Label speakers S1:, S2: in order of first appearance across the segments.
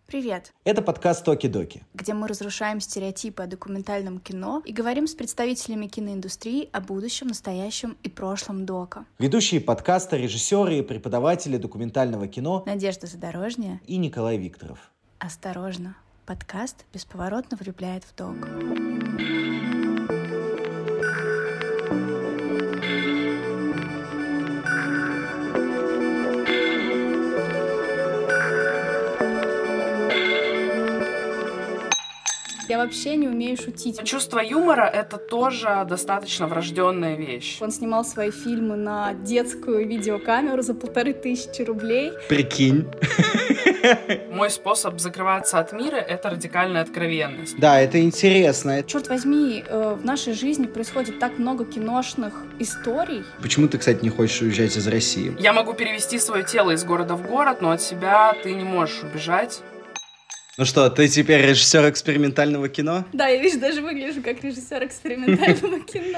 S1: Привет!
S2: Это подкаст «Токи-доки»,
S1: где мы разрушаем стереотипы о документальном кино и говорим с представителями киноиндустрии о будущем, настоящем и прошлом дока.
S2: Ведущие подкаста, режиссеры и преподаватели документального кино
S1: Надежда Задорожняя
S2: и Николай Викторов.
S1: Осторожно, подкаст бесповоротно влюбляет в док. Я вообще не умею шутить.
S3: Чувство юмора — это тоже достаточно врожденная вещь.
S1: Он снимал свои фильмы на детскую видеокамеру за 1500 рублей.
S2: Прикинь.
S3: Мой способ закрываться от мира — это радикальная откровенность.
S2: Да, это интересно.
S1: Черт возьми, в нашей жизни происходит так много киношных историй.
S2: Почему ты, кстати, не хочешь уезжать из России?
S3: Я могу перевести свое тело из города в город, но от себя ты не можешь убежать.
S2: Ну что, ты теперь режиссер экспериментального кино?
S1: Да, я, видишь, даже выгляжу как режиссер экспериментального кино.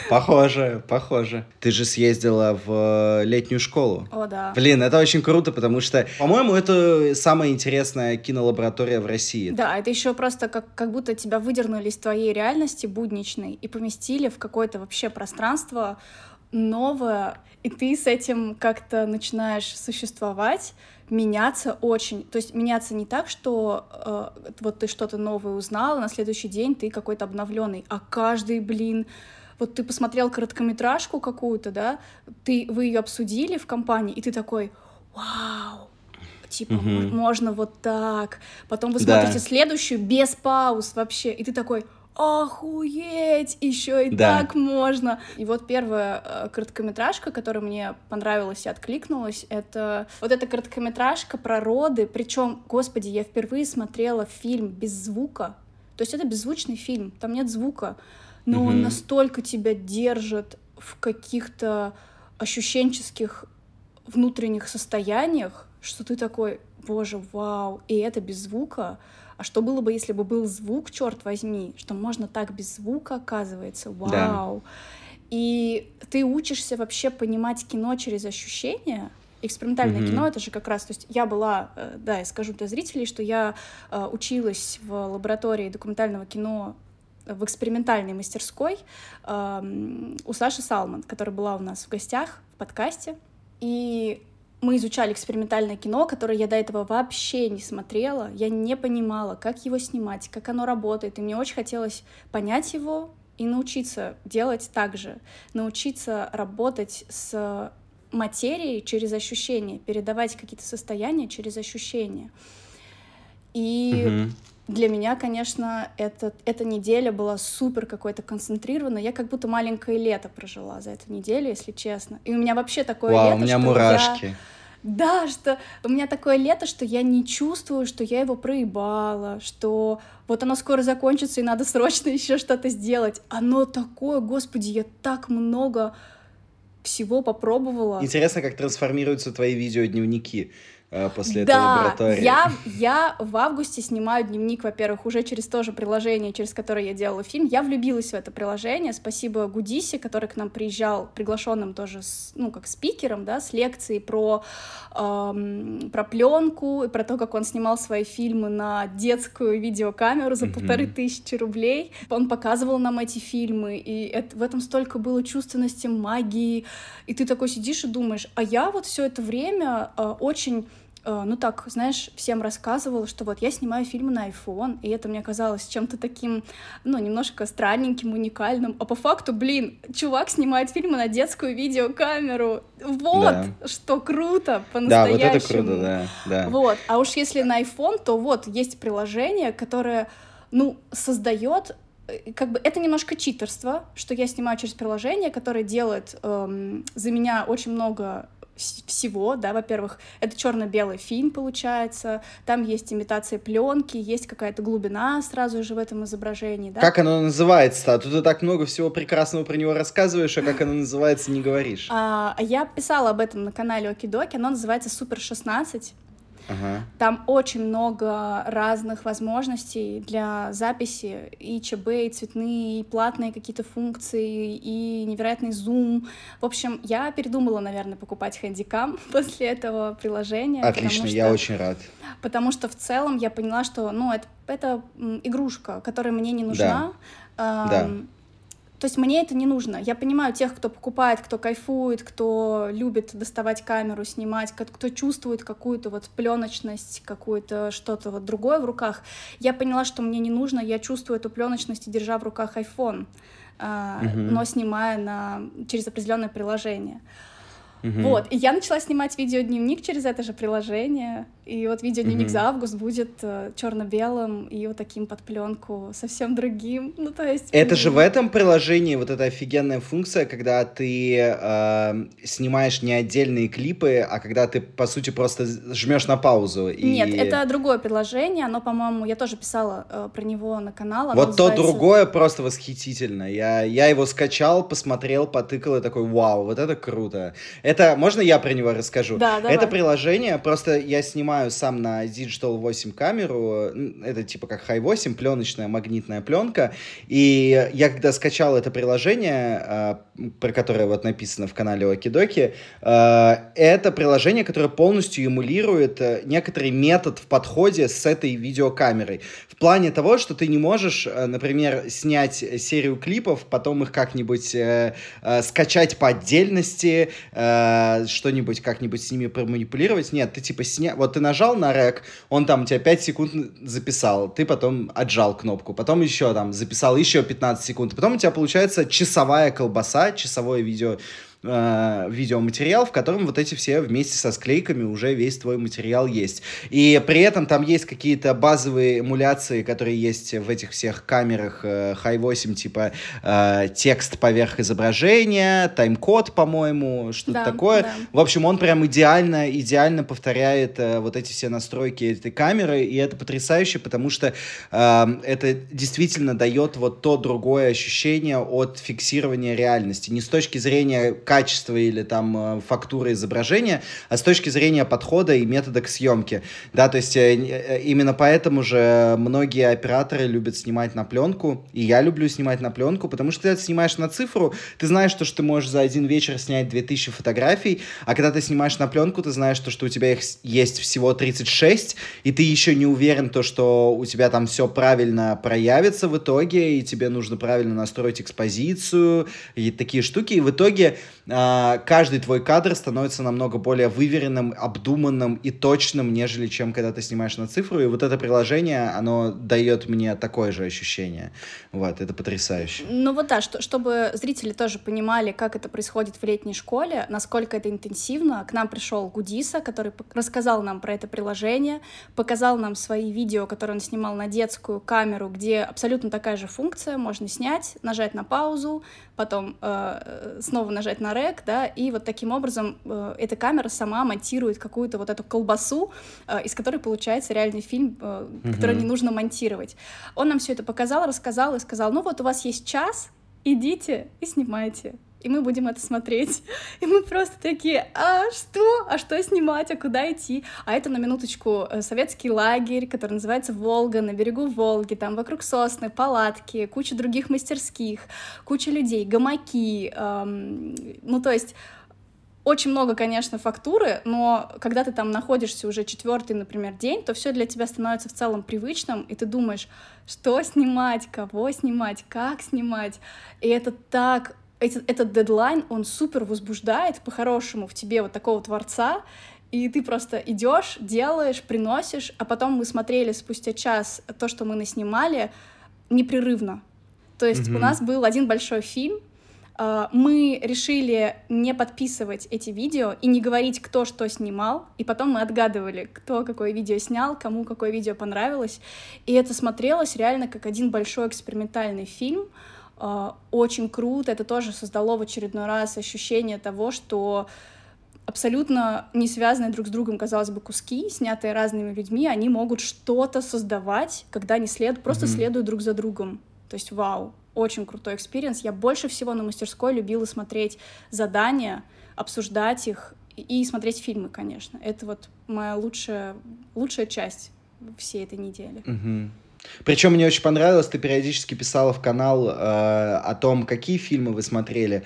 S2: Похоже. Ты же съездила в летнюю школу.
S1: О, да.
S2: Блин, это очень круто, потому что, по-моему, это самая интересная кинолаборатория в России.
S1: Да, это еще просто как будто тебя выдернули из твоей реальности будничной и поместили в какое-то вообще пространство новое, и ты с этим как-то начинаешь существовать, меняться очень. То есть меняться не так, что вот ты что-то новое узнал, а на следующий день ты какой-то обновленный, а каждый, вот ты посмотрел короткометражку какую-то, да, вы ее обсудили в компании, и ты такой: вау, типа, можно вот так. Потом вы смотрите следующую без пауз вообще, и ты такой: охуеть, еще и так можно. И вот первая короткометражка, которая мне понравилась и откликнулась, это вот эта короткометражка про роды. Причем, господи, я впервые смотрела фильм без звука. То есть это беззвучный фильм, там нет звука, но он настолько тебя держит в каких-то ощущенческих внутренних состояниях, что ты такой: боже, вау, и это без звука. А что было бы, если бы был звук, черт возьми, что можно так без звука, оказывается, вау. Да. И ты учишься вообще понимать кино через ощущения. Экспериментальное кино — это же как раз, то есть я была, да, я скажу для зрителей, что я училась в лаборатории документального кино в экспериментальной мастерской у Саши Салман, которая была у нас в гостях в подкасте. И мы изучали экспериментальное кино, которое я до этого вообще не смотрела. Я не понимала, как его снимать, как оно работает. И мне очень хотелось понять его и научиться делать так же. Научиться работать с материей через ощущения, передавать какие-то состояния через ощущения. И для меня, конечно, эта неделя была супер какой-то концентрированной. Я как будто маленькое лето прожила за эту неделю, если честно. И у меня вообще такое лето,
S2: у меня
S1: что
S2: мурашки.
S1: Да, что у меня такое лето, что я не чувствую, что я его проебала, что вот оно скоро закончится, и надо срочно еще что-то сделать. Оно такое, господи, я так много всего попробовала.
S2: Интересно, как трансформируются твои видеодневники после этой лаборатории.
S1: Я в августе снимаю дневник, во-первых, уже через то же приложение, через которое я делала фильм. Я влюбилась в это приложение. Спасибо Гудисе, который к нам приезжал приглашенным тоже, как спикером, да, с лекцией про пленку и про то, как он снимал свои фильмы на детскую видеокамеру за 1500 рублей. Он показывал нам эти фильмы, и в этом столько было чувственности, магии. И ты такой сидишь и думаешь: а я вот все это время очень... всем рассказывала, что вот я снимаю фильмы на iPhone, и это мне казалось чем-то таким, немножко странненьким, уникальным. А по факту, чувак снимает фильмы на детскую видеокамеру. Вот, что круто, по-настоящему.
S2: Да, вот это круто, да.
S1: Вот, а уж если на iPhone, то вот, есть приложение, которое, создает... это немножко читерство, что я снимаю через приложение, которое делает за меня очень много всего, да, во-первых, это черно-белый фильм получается, там есть имитация пленки, есть какая-то глубина сразу же в этом изображении, да.
S2: Как оно называется-то? А тут ты так много всего прекрасного про него рассказываешь, а как оно называется, не говоришь.
S1: Я писала об этом на канале Оки-доки, оно называется Супер 16. Там очень много разных возможностей для записи, и ЧБ, и цветные, и платные какие-то функции, и невероятный зум. В общем, я передумала, наверное, покупать хэндикам после этого приложения.
S2: Отлично, я очень рад.
S1: Потому что в целом я поняла, что это игрушка, которая мне не нужна.
S2: Да.
S1: То есть мне это не нужно. Я понимаю тех, кто покупает, кто кайфует, кто любит доставать камеру, снимать, кто чувствует какую-то вот пленочность, какое-то что-то вот другое в руках. Я поняла, что мне не нужно. Я чувствую эту пленочность, держа в руках iPhone, но снимая через определенное приложение. Вот, и я начала снимать видеодневник через это же приложение, и вот видеодневник за август будет черно-белым и вот таким под пленку совсем другим, то есть...
S2: Это же в этом приложении вот эта офигенная функция, когда ты снимаешь не отдельные клипы, а когда ты, по сути, просто жмешь на паузу.
S1: Нет, это другое приложение, оно, по-моему, я тоже писала про него на канал.
S2: Вот то другое просто восхитительно. Я его скачал, посмотрел, потыкал и такой, вау, вот это круто. Можно я про него расскажу?
S1: Да, давай.
S2: Это приложение, просто я снимаю сам на Digital 8 камеру, это типа как High 8, пленочная магнитная пленка, и я когда скачал это приложение, про которое вот написано в канале Окидоки, это приложение, которое полностью эмулирует некоторый метод в подходе с этой видеокамерой. В плане того, что ты не можешь, например, снять серию клипов, потом их как-нибудь скачать по отдельности, что-нибудь как-нибудь с ними проманипулировать. Нет, ты типа вот ты нажал на рек, он там у тебя 5 секунд записал, ты потом отжал кнопку, потом еще там записал еще 15 секунд, потом у тебя получается часовая колбаса, часовое видеоматериал, в котором вот эти все вместе со склейками уже весь твой материал есть. И при этом там есть какие-то базовые эмуляции, которые есть в этих всех камерах High 8, типа текст поверх изображения, тайм-код, по-моему, что-то такое.
S1: Да.
S2: В общем, он прям идеально повторяет вот эти все настройки этой камеры, и это потрясающе, потому что это действительно дает вот то другое ощущение от фиксирования реальности. Не с точки зрения качества или там фактуры изображения, а с точки зрения подхода и метода к съемке. Да, то есть именно поэтому же многие операторы любят снимать на пленку, и я люблю снимать на пленку, потому что ты снимаешь на цифру, ты знаешь, что ты можешь за один вечер снять 2000 фотографий, а когда ты снимаешь на пленку, ты знаешь, что у тебя их есть всего 36, и ты еще не уверен, что у тебя там все правильно проявится в итоге, и тебе нужно правильно настроить экспозицию, и такие штуки, и в итоге каждый твой кадр становится намного более выверенным, обдуманным и точным, нежели чем когда ты снимаешь на цифру, и вот это приложение, оно дает мне такое же ощущение. Вот, это потрясающе.
S1: Чтобы зрители тоже понимали, как это происходит в летней школе, насколько это интенсивно, к нам пришел Гудиса, который рассказал нам про это приложение, показал нам свои видео, которые он снимал на детскую камеру, где абсолютно такая же функция, можно снять, нажать на паузу, потом снова нажать на рек, да, и вот таким образом эта камера сама монтирует какую-то вот эту колбасу, из которой получается реальный фильм, который не нужно монтировать. Он нам все это показал, рассказал и сказал, у вас есть час, идите и снимайте. И мы будем это смотреть. И мы просто такие, а что снимать, а куда идти? А это, на минуточку, советский лагерь, который называется «Волга», на берегу Волги, там вокруг сосны, палатки, куча других мастерских, куча людей, гамаки, то есть очень много, конечно, фактуры, но когда ты там находишься уже 4-й, например, день, то все для тебя становится в целом привычным, и ты думаешь, что снимать, кого снимать, как снимать, и это так... Этот дедлайн, он супер возбуждает по-хорошему в тебе вот такого творца, и ты просто идешь, делаешь, приносишь, а потом мы смотрели спустя час то, что мы наснимали, непрерывно. То есть у нас был один большой фильм, мы решили не подписывать эти видео и не говорить, кто что снимал, и потом мы отгадывали, кто какое видео снял, кому какое видео понравилось, и это смотрелось реально как один большой экспериментальный фильм. Очень круто, это тоже создало в очередной раз ощущение того, что абсолютно не связанные друг с другом, казалось бы, куски, снятые разными людьми, они могут что-то создавать, когда они просто следуют друг за другом. То есть вау, очень крутой экспириенс. Я больше всего на мастерской любила смотреть задания, обсуждать их и смотреть фильмы, конечно. Это вот моя лучшая часть всей этой недели.
S2: Причем мне очень понравилось, ты периодически писала в канал о том, какие фильмы вы смотрели,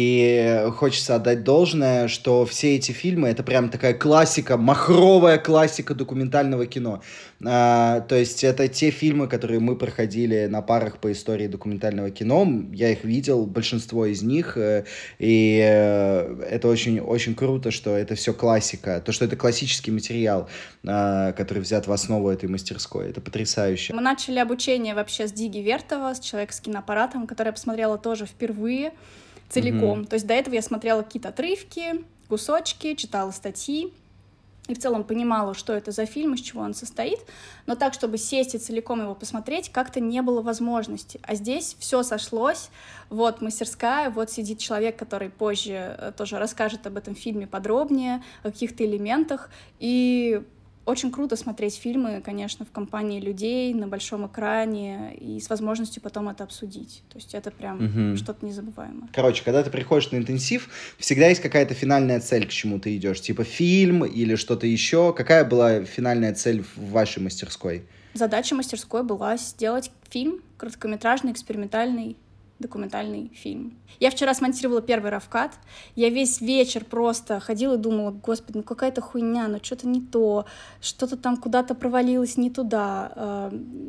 S2: и хочется отдать должное, что все эти фильмы — это прям такая классика, махровая классика документального кино. То есть это те фильмы, которые мы проходили на парах по истории документального кино, я их видел, большинство из них, и это очень, очень круто, что это все классика, то, что это классический материал, который взят в основу этой мастерской, это потрясающе.
S1: Мы начали обучение вообще с Диги Вертова, с человека с киноаппаратом, который я посмотрела тоже впервые целиком. То есть до этого я смотрела какие-то отрывки, кусочки, читала статьи и в целом понимала, что это за фильм, из чего он состоит, но так, чтобы сесть и целиком его посмотреть, как-то не было возможности. А здесь все сошлось, вот мастерская, вот сидит человек, который позже тоже расскажет об этом фильме подробнее, о каких-то элементах, и очень круто смотреть фильмы, конечно, в компании людей, на большом экране и с возможностью потом это обсудить. То есть это прям что-то незабываемое.
S2: Короче, когда ты приходишь на интенсив, всегда есть какая-то финальная цель, к чему ты идешь. Типа фильм или что-то еще. Какая была финальная цель в вашей мастерской?
S1: Задача мастерской была сделать фильм, короткометражный, экспериментальный, документальный фильм. Я вчера смонтировала первый равкат, я весь вечер просто ходила и думала: господи, ну какая-то хуйня, ну что-то не то, что-то там куда-то провалилось не туда.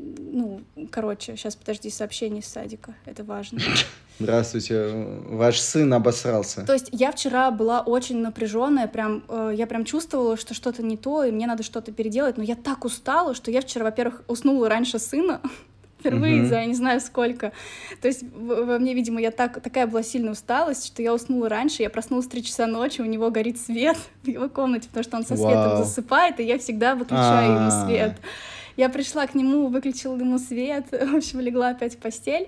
S1: Короче, сейчас подожди, сообщение из садика, это важно.
S2: Здравствуйте, ваш сын обосрался.
S1: То есть я вчера была очень напряженная, я прям чувствовала, что что-то не то, и мне надо что-то переделать, но я так устала, что я вчера, во-первых, уснула раньше сына, впервые за я не знаю сколько. То есть во мне, видимо, такая была сильная усталость, что я уснула раньше, я проснулась в 3 часа ночи, у него горит свет в его комнате, потому что он со светом засыпает, и я всегда выключаю ему свет. Я пришла к нему, выключила ему свет, в общем, легла опять в постель,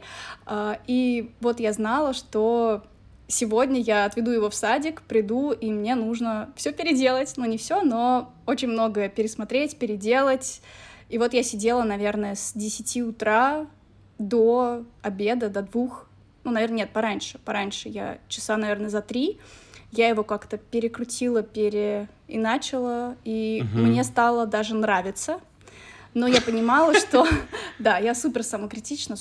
S1: и вот я знала, что сегодня я отведу его в садик, приду, и мне нужно все переделать, ну не все, но очень многое пересмотреть, переделать. И вот я сидела, наверное, с 10 утра до обеда, до 2. Ну, наверное, нет, пораньше. Я часа, наверное, за 3. Я его как-то перекрутила, переиначила, и мне стало даже нравиться. Но я понимала, что... Да, я супер самокритична.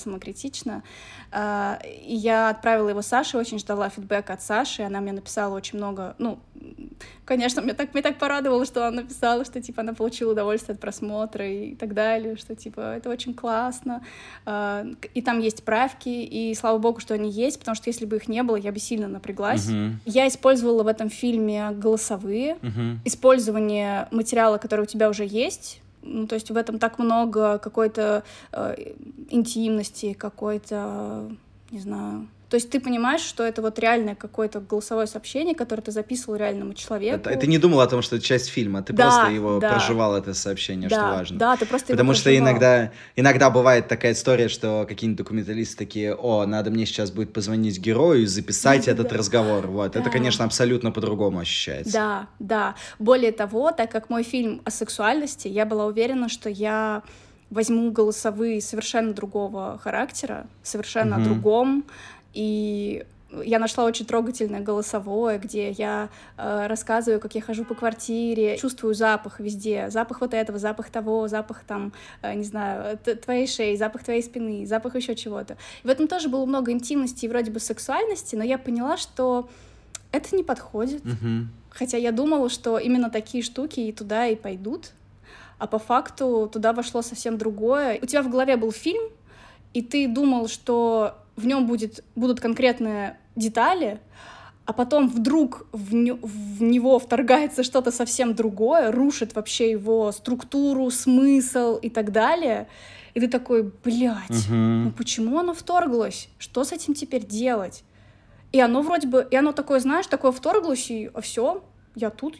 S1: И я отправила его Саше, очень ждала фидбэка от Саши, она мне написала очень много... Ну, конечно, меня так порадовало, что она написала, что, типа, она получила удовольствие от просмотра и так далее, что, типа, это очень классно. И там есть правки, и слава богу, что они есть, потому что если бы их не было, я бы сильно напряглась. Я использовала в этом фильме голосовые, использование материала, который у тебя уже есть. Ну, то есть в этом так много какой-то интимности, какой-то, не знаю... То есть ты понимаешь, что это вот реальное какое-то голосовое сообщение, которое ты записывал реальному человеку.
S2: Ты не думал о том, что это часть фильма, ты просто его проживал, это сообщение, что важно.
S1: Да, ты просто
S2: Потому
S1: его проживал.
S2: Что иногда бывает такая история, что какие-нибудь документалисты такие: надо мне сейчас будет позвонить герою и записать этот разговор. Вот. Да. Это, конечно, абсолютно по-другому ощущается.
S1: Да. Более того, так как мой фильм о сексуальности, я была уверена, что я возьму голосовые совершенно другого характера, совершенно о другом. И я нашла очень трогательное голосовое, где я рассказываю, как я хожу по квартире, чувствую запах везде, запах вот этого, запах того, запах там, не знаю, твоей шеи, запах твоей спины, запах еще чего-то. И в этом тоже было много интимности и вроде бы сексуальности, но я поняла, что это не подходит. Хотя я думала, что именно такие штуки и туда и пойдут, а по факту туда вошло совсем другое. У тебя в голове был фильм, и ты думал, что в нем будут конкретные детали, а потом вдруг в него вторгается что-то совсем другое, рушит вообще его структуру, смысл и так далее. И ты такой: блядь, ну почему оно вторглось? Что с этим теперь делать? И оно вроде бы, оно такое, знаешь, такое вторглось, и все, я тут,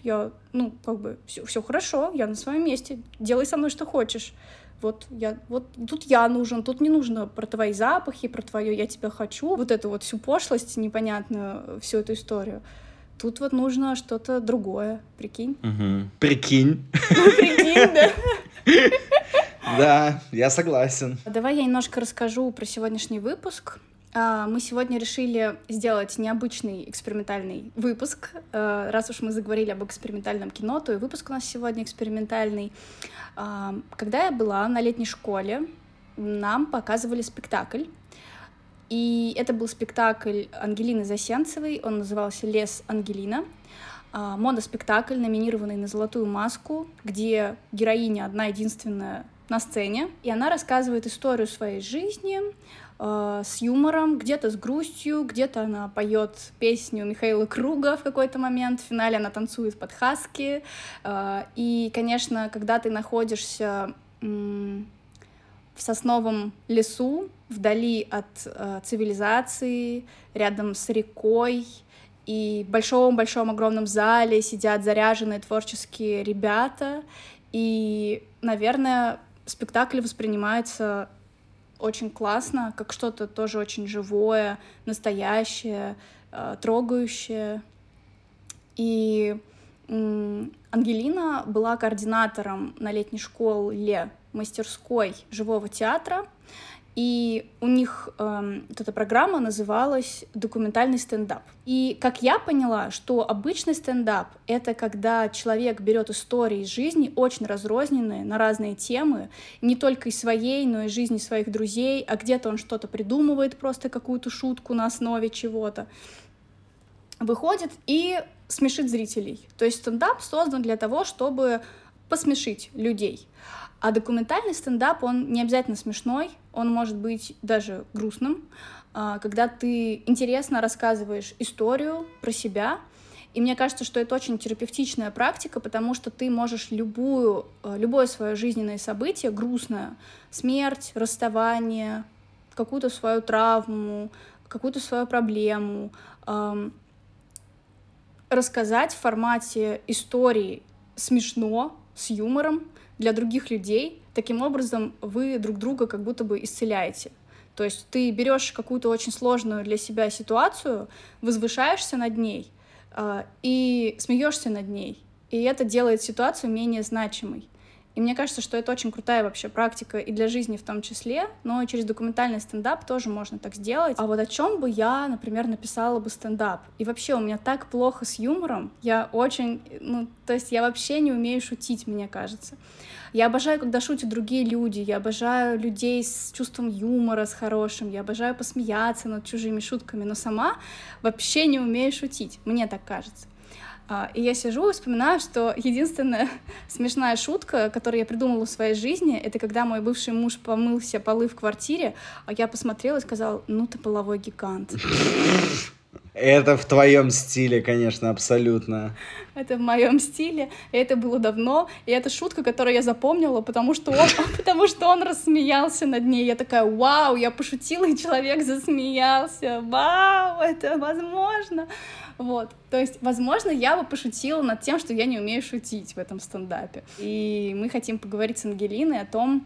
S1: все хорошо, я на своем месте, делай со мной что хочешь. Вот тут я нужен, тут не нужно про твои запахи, про твое «я тебя хочу», вот эту вот всю пошлость непонятную, всю эту историю. Тут вот нужно что-то другое, прикинь?
S2: Прикинь?
S1: Прикинь, да.
S2: Да, я согласен.
S1: Давай я немножко расскажу про сегодняшний выпуск. Мы сегодня решили сделать необычный экспериментальный выпуск. Раз уж мы заговорили об экспериментальном кино, то и выпуск у нас сегодня экспериментальный. Когда я была на летней школе, нам показывали спектакль. И это был спектакль Ангелины Засенцевой, он назывался «Лес Ангелина». Моноспектакль, номинированный на «Золотую маску», где героиня одна единственная на сцене, и она рассказывает историю своей жизни с юмором, где-то с грустью, где-то она поет песню Михаила Круга в какой-то момент, в финале она танцует под хаски. И, конечно, когда ты находишься в сосновом лесу, вдали от цивилизации, рядом с рекой, и в большом-большом огромном зале сидят заряженные творческие ребята, и, наверное, спектакль воспринимается очень классно, как что-то тоже очень живое, настоящее, трогающее. И Ангелина была координатором на летней школе мастерской живого театра, и у них эта программа называлась «Документальный стендап». И как я поняла, что обычный стендап — это когда человек берет истории из жизни, очень разрозненные, на разные темы, не только из своей, но и из жизни своих друзей, а где-то он что-то придумывает, просто какую-то шутку на основе чего-то, выходит и смешит зрителей. То есть стендап создан для того, чтобы посмешить людей. А документальный стендап, он не обязательно смешной, он может быть даже грустным, когда ты интересно рассказываешь историю про себя. И мне кажется, что это очень терапевтичная практика, потому что ты можешь любое свое жизненное событие, грустное, смерть, расставание, какую-то свою травму, какую-то свою проблему, рассказать в формате истории смешно, с юмором, для других людей. Таким образом, вы друг друга как будто бы исцеляете. То есть ты берешь какую-то очень сложную для себя ситуацию, возвышаешься над ней и смеешься над ней. И это делает ситуацию менее значимой. И мне кажется, что это очень крутая вообще практика и для жизни в том числе, но и через документальный стендап тоже можно так сделать. А вот о чем бы я, например, написала бы стендап? И вообще у меня так плохо с юмором, я вообще не умею шутить, мне кажется. Я обожаю, когда шутят другие люди, я обожаю людей с чувством юмора, с хорошим, я обожаю посмеяться над чужими шутками, но сама вообще не умею шутить, мне так кажется. И я сижу и вспоминаю, что единственная смешная шутка, которую я придумала в своей жизни, это когда мой бывший муж помыл все полы в квартире, а я посмотрела и сказала: ну ты половой гигант.
S2: Это в твоем стиле, конечно, абсолютно.
S1: Это в моем стиле, и это было давно, и это шутка, которую я запомнила, потому что он рассмеялся над ней. Я такая: вау, я пошутила, и человек засмеялся. Вау, это возможно. Вот, то есть, возможно, я бы пошутила над тем, что я не умею шутить в этом стендапе. И мы хотим поговорить с Ангелиной о том,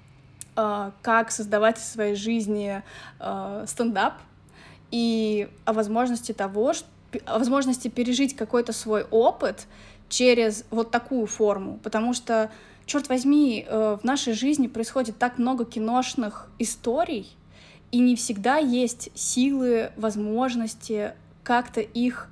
S1: как создавать в своей жизни стендап, и о возможности пережить какой-то свой опыт через вот такую форму, потому что, черт возьми, в нашей жизни происходит так много киношных историй, и не всегда есть силы, возможности как-то их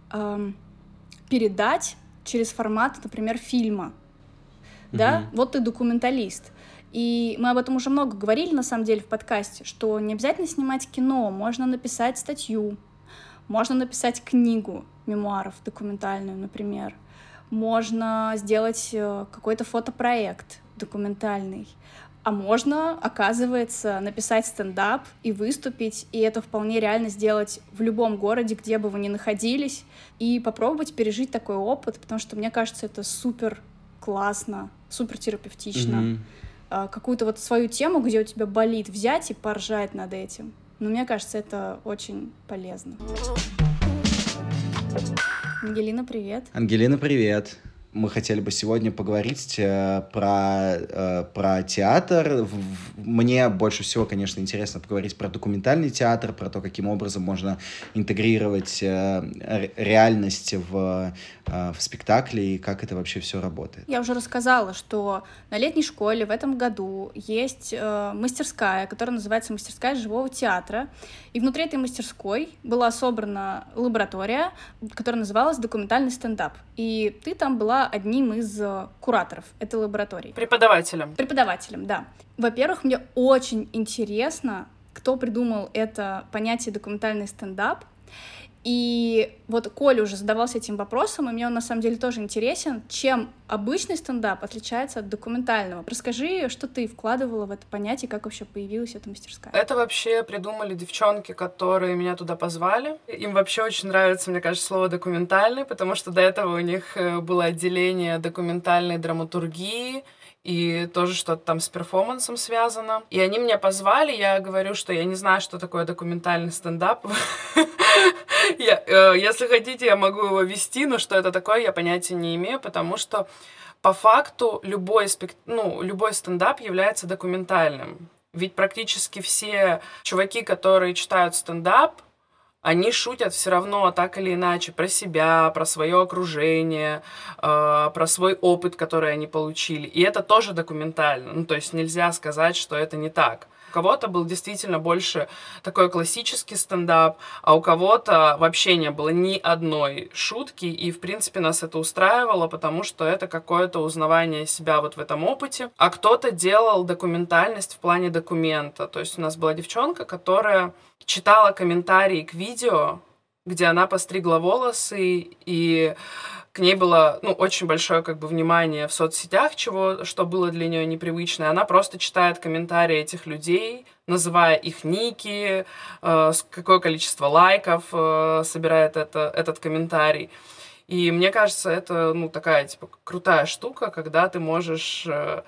S1: передать через формат, например, фильма. Да? Вот ты документалист. И мы об этом уже много говорили, на самом деле, в подкасте, что не обязательно снимать кино, можно написать статью, можно написать книгу мемуаров документальную, например, можно сделать какой-то фотопроект документальный, а можно, оказывается, написать стендап и выступить, и это вполне реально сделать в любом городе, где бы вы ни находились, и попробовать пережить такой опыт, потому что, мне кажется, это супер классно, супер терапевтично. Какую-то вот свою тему, где у тебя болит, взять и поржать над этим. Но мне кажется, это очень полезно. Ангелина, привет.
S2: Ангелина, привет. мы хотели бы сегодня поговорить про театр. Мне больше всего, конечно, интересно поговорить про документальный театр, про то, каким образом можно интегрировать реальность в спектакле и как это вообще все работает.
S1: Я уже рассказала, что на летней школе в этом году есть мастерская, которая называется «Мастерская живого театра». И внутри этой мастерской была собрана лаборатория, которая называлась «Документальный стендап». И ты там была одним из кураторов этой лаборатории.
S3: Преподавателем.
S1: Преподавателем, да. Во-первых, мне очень интересно, кто придумал это понятие «документальный стендап». И вот Коля уже задавался этим вопросом, и мне он на самом деле тоже интересен, чем обычный стендап отличается от документального. Расскажи, что ты вкладывала в это понятие, как вообще появилась эта мастерская.
S3: Это вообще придумали девчонки, которые меня туда позвали. Им вообще очень нравится, мне кажется, слово «документальный», потому что до этого у них было отделение документальной драматургии, и тоже что-то там с перформансом связано. И они меня позвали, я говорю, что я не знаю, что такое документальный стендап. Если хотите, я могу его вести, но что это такое, я понятия не имею, потому что по факту любой стендап является документальным. Ведь практически все чуваки, которые читают стендап, они шутят все равно так или иначе про себя, про свое окружение, про свой опыт, который они получили. И это тоже документально. Ну, то есть нельзя сказать, что это не так. У кого-то был действительно больше такой классический стендап, а у кого-то вообще не было ни одной шутки, и, в принципе, нас это устраивало, потому что это какое-то узнавание себя вот в этом опыте. А кто-то делал документальность в плане документа. То есть у нас была девчонка, которая читала комментарии к видео, где она постригла волосы, и к ней было, очень большое внимание в соцсетях, что было для нее непривычно. Она просто читает комментарии этих людей, называя их ники, какое количество лайков собирает этот комментарий. И мне кажется, это, такая, крутая штука, когда ты можешь,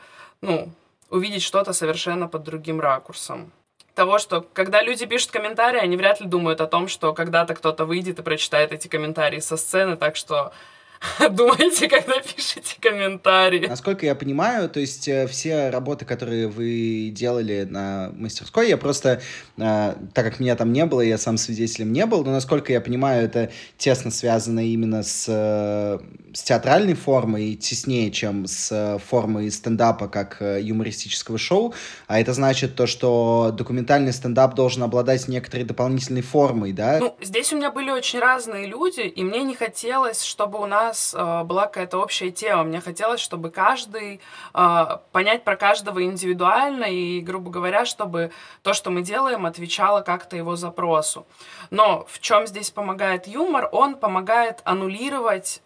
S3: увидеть что-то совершенно под другим ракурсом. Того, что когда люди пишут комментарии, они вряд ли думают о том, что когда-то кто-то выйдет и прочитает эти комментарии со сцены, так что думайте, когда пишете комментарии.
S2: Насколько я понимаю, то есть все работы, которые вы делали на мастерской, я просто, так как меня там не было, я сам свидетелем не был, но насколько я понимаю, это тесно связано именно с театральной формой и теснее, чем с формой стендапа как юмористического шоу, а это значит то, что документальный стендап должен обладать некоторой дополнительной формой, да?
S3: Здесь у меня были очень разные люди, и мне не хотелось, чтобы у нас была какая-то общая тема. Мне хотелось, чтобы каждый понять про каждого индивидуально и, грубо говоря, чтобы то, что мы делаем, отвечало как-то его запросу. Но в чем здесь помогает юмор? Он помогает аннулировать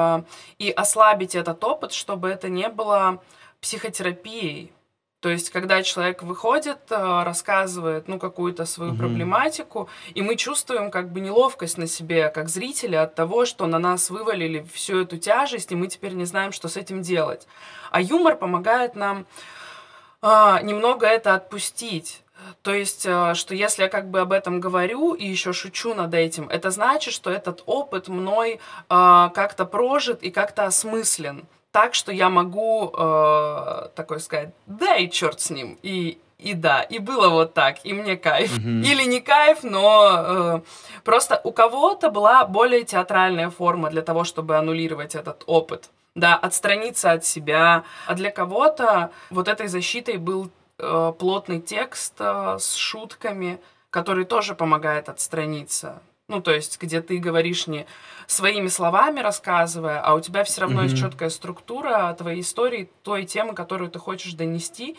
S3: и ослабить этот опыт, чтобы это не было психотерапией. То есть, когда человек выходит, рассказывает, какую-то свою проблематику, и мы чувствуем неловкость на себе, как зрители, от того, что на нас вывалили всю эту тяжесть, и мы теперь не знаем, что с этим делать. А юмор помогает нам немного это отпустить. То есть, что если я об этом говорю и еще шучу над этим, это значит, что этот опыт мной как-то прожит и как-то осмыслен. Так, что я могу такой сказать, да и черт с ним, и да, и было вот так, и мне кайф. Или не кайф, но просто у кого-то была более театральная форма для того, чтобы аннулировать этот опыт, да, отстраниться от себя. А для кого-то вот этой защитой был плотный текст с шутками, который тоже помогает отстраниться. То есть, где ты говоришь не своими словами рассказывая, а у тебя все равно есть четкая структура твоей истории, той темы, которую ты хочешь донести,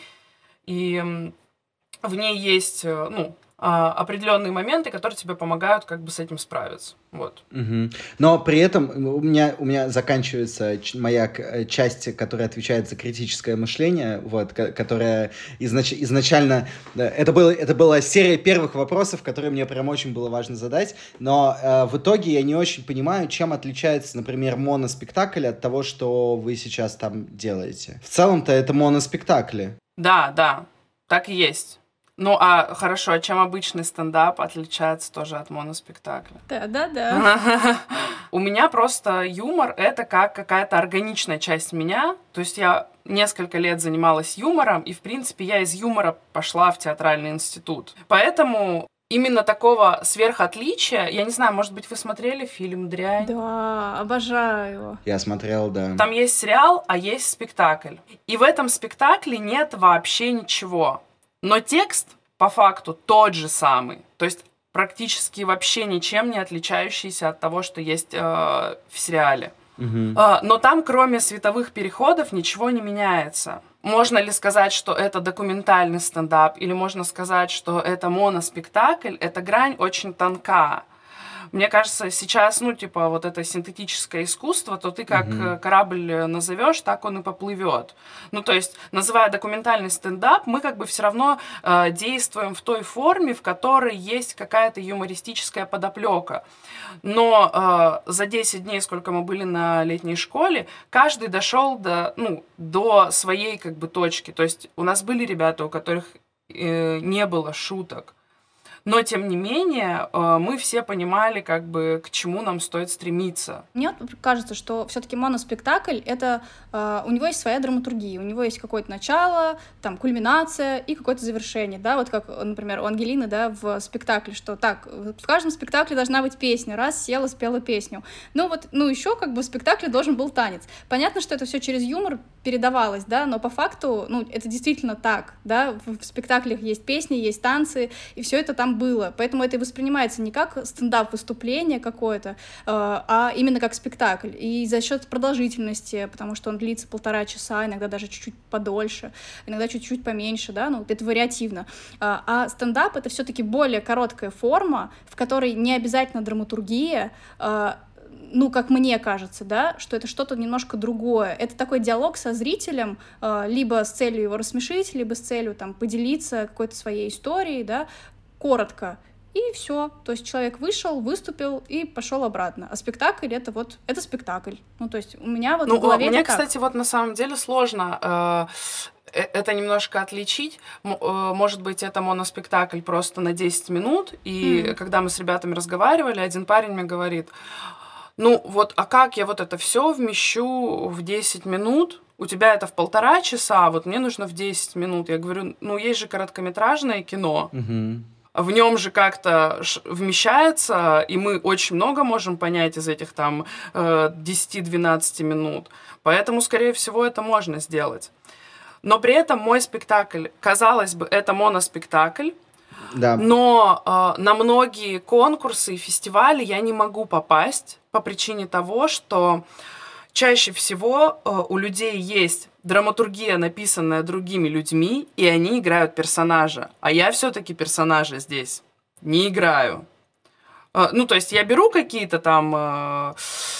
S3: и в ней есть, определенные моменты, которые тебе помогают с этим справиться. Вот.
S2: Но при этом у меня заканчивается моя часть, которая отвечает за критическое мышление, вот, которая изначально... Это была серия первых вопросов, которые мне прям очень было важно задать, но в итоге я не очень понимаю, чем отличается, например, моноспектакль от того, что вы сейчас там делаете. В целом-то это моноспектакли.
S3: Да, так и есть. Ну, а хорошо, чем обычный стендап отличается тоже от моноспектакля?
S1: Да.
S3: У меня просто юмор — это как какая-то органичная часть меня. То есть я несколько лет занималась юмором, и, в принципе, я из юмора пошла в театральный институт. Поэтому именно такого сверхотличия, я не знаю, может быть, вы смотрели фильм «Дрянь»?
S1: Да, обожаю его.
S2: Я смотрел, да.
S3: Там есть сериал, а есть спектакль. И в этом спектакле нет вообще ничего. Но текст, по факту, тот же самый. То есть практически вообще ничем не отличающийся от того, что есть в сериале. Но там, кроме световых переходов, ничего не меняется. Можно ли сказать, что это документальный стендап, или можно сказать, что это моноспектакль? Эта грань очень тонка. Мне кажется, сейчас, вот это синтетическое искусство, то ты как корабль назовешь, так он и поплывет. То есть, называя документальный стендап, мы как бы все равно действуем в той форме, в которой есть какая-то юмористическая подоплека. Но за 10 дней, сколько мы были на летней школе, каждый дошел до своей как бы точки. То есть у нас были ребята, у которых не было шуток. Но, тем не менее, мы все понимали, как бы, к чему нам стоит стремиться.
S1: Мне кажется, что все-таки моноспектакль — это у него есть своя драматургия, у него есть какое-то начало, там, кульминация и какое-то завершение, да, вот как, например, у Ангелины, да, в спектакле, что так, в каждом спектакле должна быть песня, раз села, спела песню. Еще как бы в спектакле должен был танец. Понятно, что это все через юмор передавалось, да, но по факту, это действительно так, да, в спектаклях есть песни, есть танцы, и все это там было, поэтому это и воспринимается не как стендап-выступление какое-то, а именно как спектакль, и за счет продолжительности, потому что он длится 1,5 часа, иногда даже чуть-чуть подольше, иногда чуть-чуть поменьше, да, это вариативно, а стендап — это все-таки более короткая форма, в которой не обязательно драматургия, как мне кажется, да, что это что-то немножко другое. Это такой диалог со зрителем, либо с целью его рассмешить, либо с целью там поделиться какой-то своей историей, да, коротко. И все. То есть человек вышел, выступил и пошел обратно. А спектакль — это спектакль. То есть у меня в голове
S3: мне,
S1: это так.
S3: кстати, на самом деле сложно это немножко отличить. Может быть, это моноспектакль просто на 10 минут. И когда мы с ребятами разговаривали, один парень мне говорит: а как я это все вмещу в 10 минут? У тебя это в 1,5 часа, мне нужно в 10 минут. Я говорю, есть же короткометражное кино. В нем же как-то вмещается, и мы очень много можем понять из этих 10-12 минут. Поэтому, скорее всего, это можно сделать. Но при этом мой спектакль, казалось бы, это моноспектакль,
S2: да.
S3: Но на многие конкурсы и фестивали я не могу попасть по причине того, что чаще всего у людей есть драматургия, написанная другими людьми, и они играют персонажа. А я все-таки персонажа здесь не играю. То есть я беру какие-то там,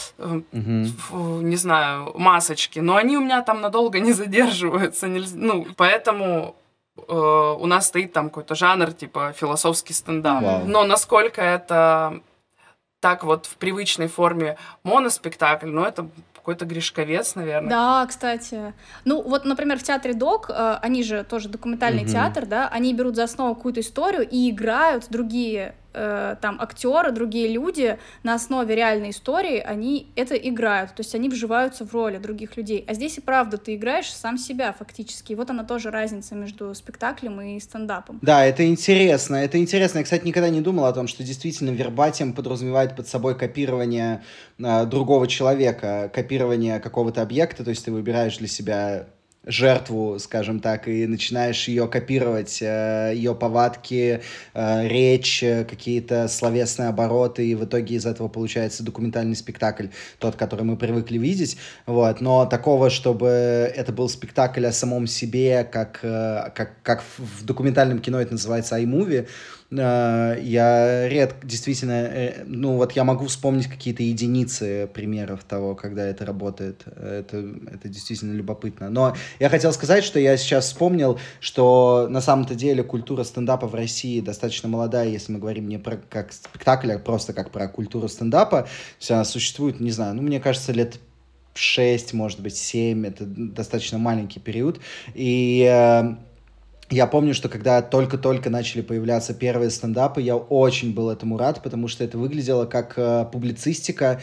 S3: не знаю, масочки, но они у меня там надолго не задерживаются. Поэтому у нас стоит там какой-то жанр, типа философский стендап.
S2: Wow.
S3: Но насколько это так в привычной форме моноспектакль, это какой-то Гришковец, наверное.
S1: Да, кстати. Например, в театре ДОК, они же тоже документальный театр, да, они берут за основу какую-то историю и играют другие там актеры, другие люди на основе реальной истории, они это играют, то есть они вживаются в роли других людей. А здесь и правда ты играешь сам себя фактически. И она тоже разница между спектаклем и стендапом.
S2: Да, это интересно. Это интересно. Я, кстати, никогда не думал о том, что действительно вербатим подразумевает под собой копирование другого человека, копирование какого-то объекта, то есть ты выбираешь для себя жертву, скажем так, и начинаешь ее копировать, ее повадки, речь, какие-то словесные обороты, и в итоге из этого получается документальный спектакль, тот, который мы привыкли видеть, но такого, чтобы это был спектакль о самом себе, как в документальном кино это называется iMovie, я редко, действительно, я могу вспомнить какие-то единицы примеров того, когда это работает. Это действительно любопытно. Но я хотел сказать, что я сейчас вспомнил, что на самом-то деле культура стендапа в России достаточно молодая, если мы говорим не про как спектакль, а просто как про культуру стендапа. То есть она существует, не знаю, мне кажется, лет 6, может быть, 7. Это достаточно маленький период. И Я помню, что когда только-только начали появляться первые стендапы, я очень был этому рад, потому что это выглядело как публицистика,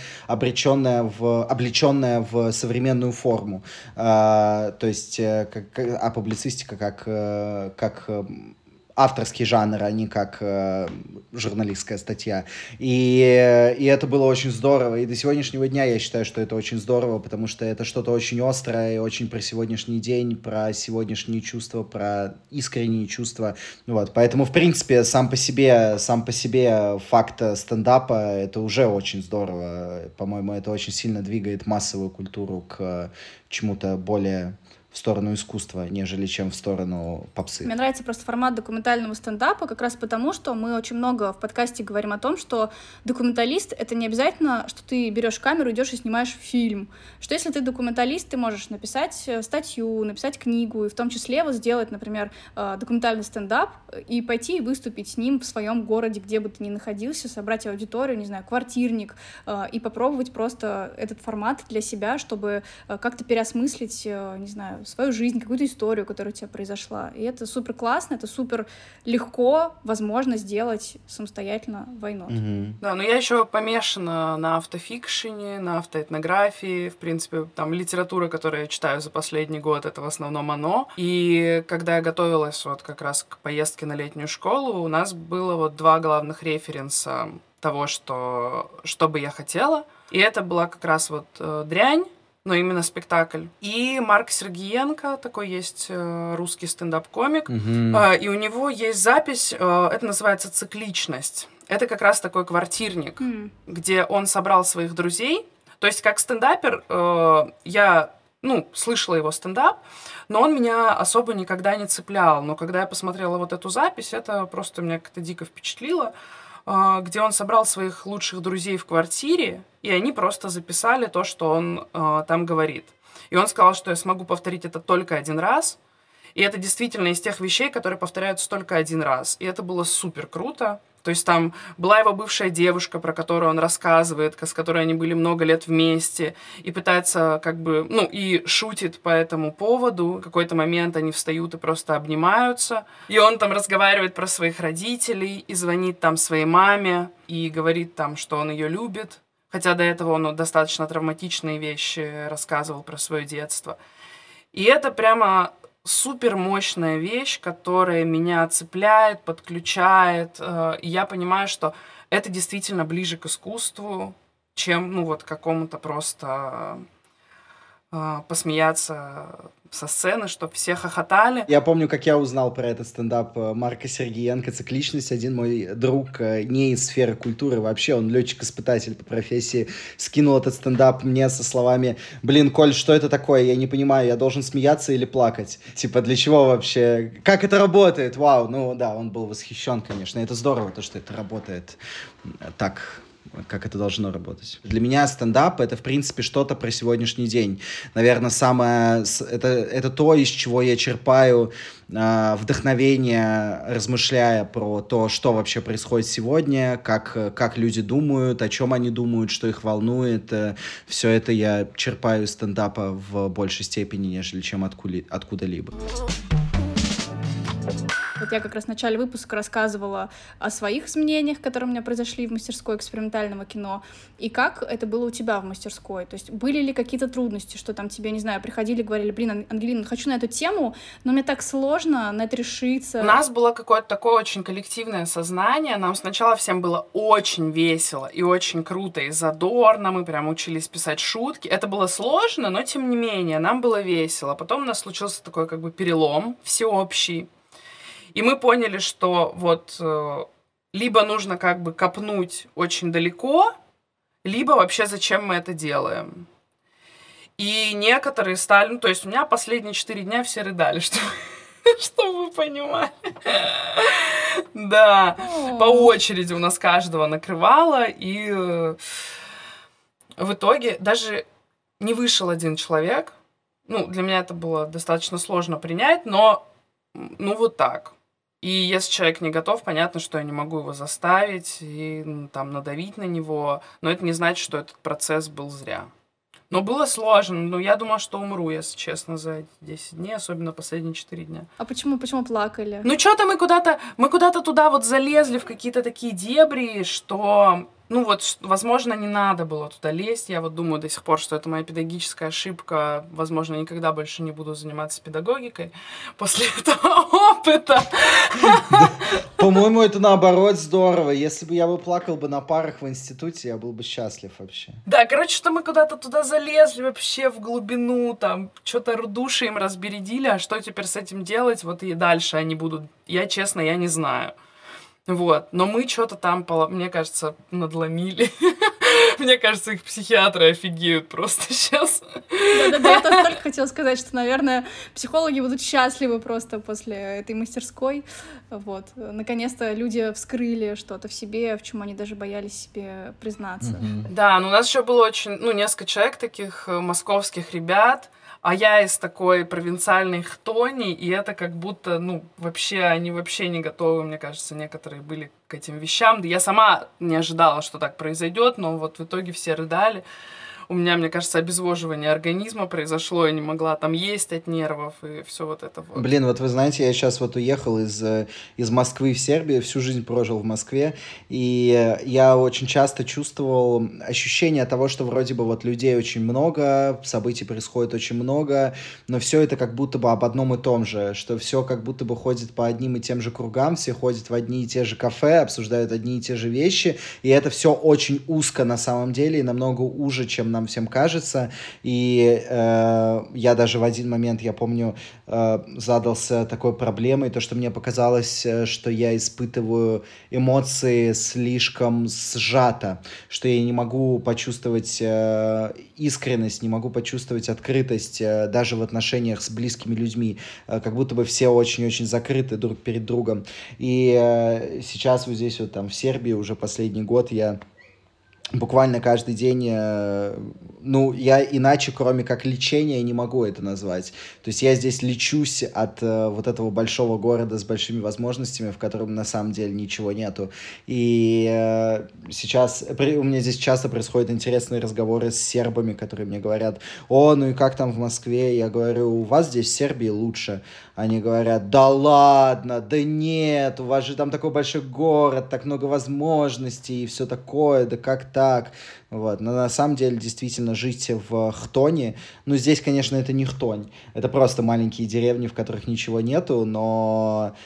S2: облеченная в современную форму. То есть, а публицистика как авторский жанр, а не как журналистская статья. И это было очень здорово. И до сегодняшнего дня я считаю, что это очень здорово, потому что это что-то очень острое и очень про сегодняшний день, про сегодняшние чувства, про искренние чувства. Вот. Поэтому, в принципе, сам по себе факт стендапа — это уже очень здорово. По-моему, это очень сильно двигает массовую культуру к чему-то более в сторону искусства, нежели чем в сторону попсы.
S1: Мне нравится просто формат документального стендапа, как раз потому, что мы очень много в подкасте говорим о том, что документалист — это не обязательно, что ты берешь камеру, идешь и снимаешь фильм. Что если ты документалист, ты можешь написать статью, написать книгу, и в том числе вот сделать, например, документальный стендап и пойти и выступить с ним в своем городе, где бы ты ни находился, собрать аудиторию, не знаю, квартирник, и попробовать просто этот формат для себя, чтобы как-то переосмыслить, не знаю, свою жизнь, какую-то историю, которая у тебя произошла. И это супер классно, это супер легко, возможно, сделать самостоятельно войну.
S3: Да, но я еще помешана на автофикшене, на автоэтнографии. В принципе, там литература, которую я читаю за последний год, это в основном оно. И когда я готовилась вот как раз к поездке на летнюю школу, у нас было вот 2 главных референса того, что бы я хотела. И это была как раз вот «Дрянь», но именно спектакль. И Марк Сергиенко, такой есть русский стендап-комик, и у него есть запись, это называется «Цикличность». Это как раз такой квартирник, где он собрал своих друзей. То есть как стендапер я, слышала его стендап, но он меня особо никогда не цеплял. Но когда я посмотрела вот эту запись, это просто меня как-то дико впечатлило, где он собрал своих лучших друзей в квартире, и они просто записали то, что он там говорит. И он сказал, что я смогу повторить это только 1 раз, и это действительно из тех вещей, которые повторяются только 1 раз. И это было супер круто. То есть там была его бывшая девушка, про которую он рассказывает, с которой они были много лет вместе, и пытается и шутит по этому поводу. В какой-то момент они встают и просто обнимаются. И он там разговаривает про своих родителей, и звонит там своей маме, и говорит там, что он ее любит. Хотя до этого он достаточно травматичные вещи рассказывал про свое детство. И это прямо супер мощная вещь, которая меня цепляет, подключает. И я понимаю, что это действительно ближе к искусству, чем к какому-то просто посмеяться со сцены, чтобы все хохотали.
S2: Я помню, как я узнал про этот стендап Марка Сергиенко «Цикличность». Один мой друг не из сферы культуры вообще, он летчик-испытатель по профессии, скинул этот стендап мне со словами: «Блин, Коль, что это такое? Я не понимаю, я должен смеяться или плакать? Типа, для чего вообще? Как это работает? Вау!» Ну да, он был восхищен, конечно. Это здорово, то, что это работает так, как это должно работать. Для меня стендап — это, в принципе, что-то про сегодняшний день. Наверное, это то, из чего я черпаю вдохновение, размышляя про то, что вообще происходит сегодня, как люди думают, о чем они думают, что их волнует. Все это я черпаю из стендапа в большей степени, нежели чем откуда-либо.
S1: Вот я как раз в начале выпуска рассказывала о своих изменениях, которые у меня произошли в мастерской экспериментального кино, и как это было у тебя в мастерской. То есть были ли какие-то трудности, что там тебе, не знаю, приходили, говорили: «Блин, Ангелина, хочу на эту тему, но мне так сложно на это решиться».
S3: У нас было какое-то такое очень коллективное сознание. Нам сначала всем было очень весело и очень круто и задорно. Мы прям учились писать шутки. Это было сложно, но тем не менее нам было весело. Потом у нас случился такой перелом всеобщий. И мы поняли, что либо нужно копнуть очень далеко, либо вообще зачем мы это делаем. И некоторые стали... то есть у меня последние 4 дня все рыдали, чтобы вы понимали. Да, по очереди у нас каждого накрывало, и в итоге даже не вышел 1 человек. Для меня это было достаточно сложно принять, но вот так. И если человек не готов, понятно, что я не могу его заставить и надавить на него, но это не значит, что этот процесс был зря. Но было сложно. Но я думала, что умру, если честно, за эти 10 дней, особенно последние 4 дня.
S1: А почему плакали?
S3: Ну, что-то мы куда-то туда вот залезли в какие-то такие дебри, что... Ну вот, возможно, не надо было туда лезть. Я вот думаю до сих пор, что это моя педагогическая ошибка. Возможно, никогда больше не буду заниматься педагогикой после этого опыта.
S2: По-моему, это наоборот здорово. Если бы я плакал бы на парах в институте, я был бы счастлив вообще.
S3: Да, короче, что мы куда-то туда залезли вообще в глубину, там, что-то души им разбередили, а что теперь с этим делать? Вот и дальше они будут... Я, честно, я не знаю. Вот, но мы что-то там, мне кажется, надломили. Мне кажется, их психиатры офигеют просто сейчас.
S1: Да-да-да, я только хотела сказать, что, наверное, психологи будут счастливы просто после этой мастерской. Вот. Наконец-то люди вскрыли что-то в себе, в чем они даже боялись себе признаться.
S3: Да, но у нас еще было несколько человек таких московских ребят, а я из такой провинциальной Хтони, и это как будто, они вообще не готовы, мне кажется, некоторые были к этим вещам. Да я сама не ожидала, что так произойдет, но вот в итоге все рыдали. У меня, мне кажется, обезвоживание организма произошло, я не могла там есть от нервов и все вот это вот.
S2: Блин, вот вы знаете, я сейчас вот уехал из Москвы в Сербию, всю жизнь прожил в Москве, и я очень часто чувствовал ощущение того, что вроде бы вот людей очень много, событий происходит очень много, но все это как будто бы об одном и том же, что все как будто бы ходит по одним и тем же кругам, все ходят в одни и те же кафе, обсуждают одни и те же вещи, и это все очень узко на самом деле, и намного уже, чем нам всем кажется, и я даже в один момент, я помню, задался такой проблемой, то, что мне показалось, что я испытываю эмоции слишком сжато, что я не могу почувствовать искренность, не могу почувствовать открытость даже в отношениях с близкими людьми, как будто бы все очень-очень закрыты друг перед другом. И сейчас вот здесь вот там в Сербии уже последний год я буквально каждый день, я иначе, кроме как лечения, не могу это назвать. То есть я здесь лечусь от вот этого большого города с большими возможностями, в котором на самом деле ничего нету. И сейчас у меня здесь часто происходят интересные разговоры с сербами, которые мне говорят: о, ну и как там в Москве? Я говорю: у вас здесь в Сербии лучше. Они говорят: да ладно, да нет, у вас же там такой большой город, так много возможностей и все такое, да как так? Вот. Но на самом деле, действительно, жить в Хтоне, здесь, конечно, это не Хтонь, это просто маленькие деревни, в которых ничего нету, но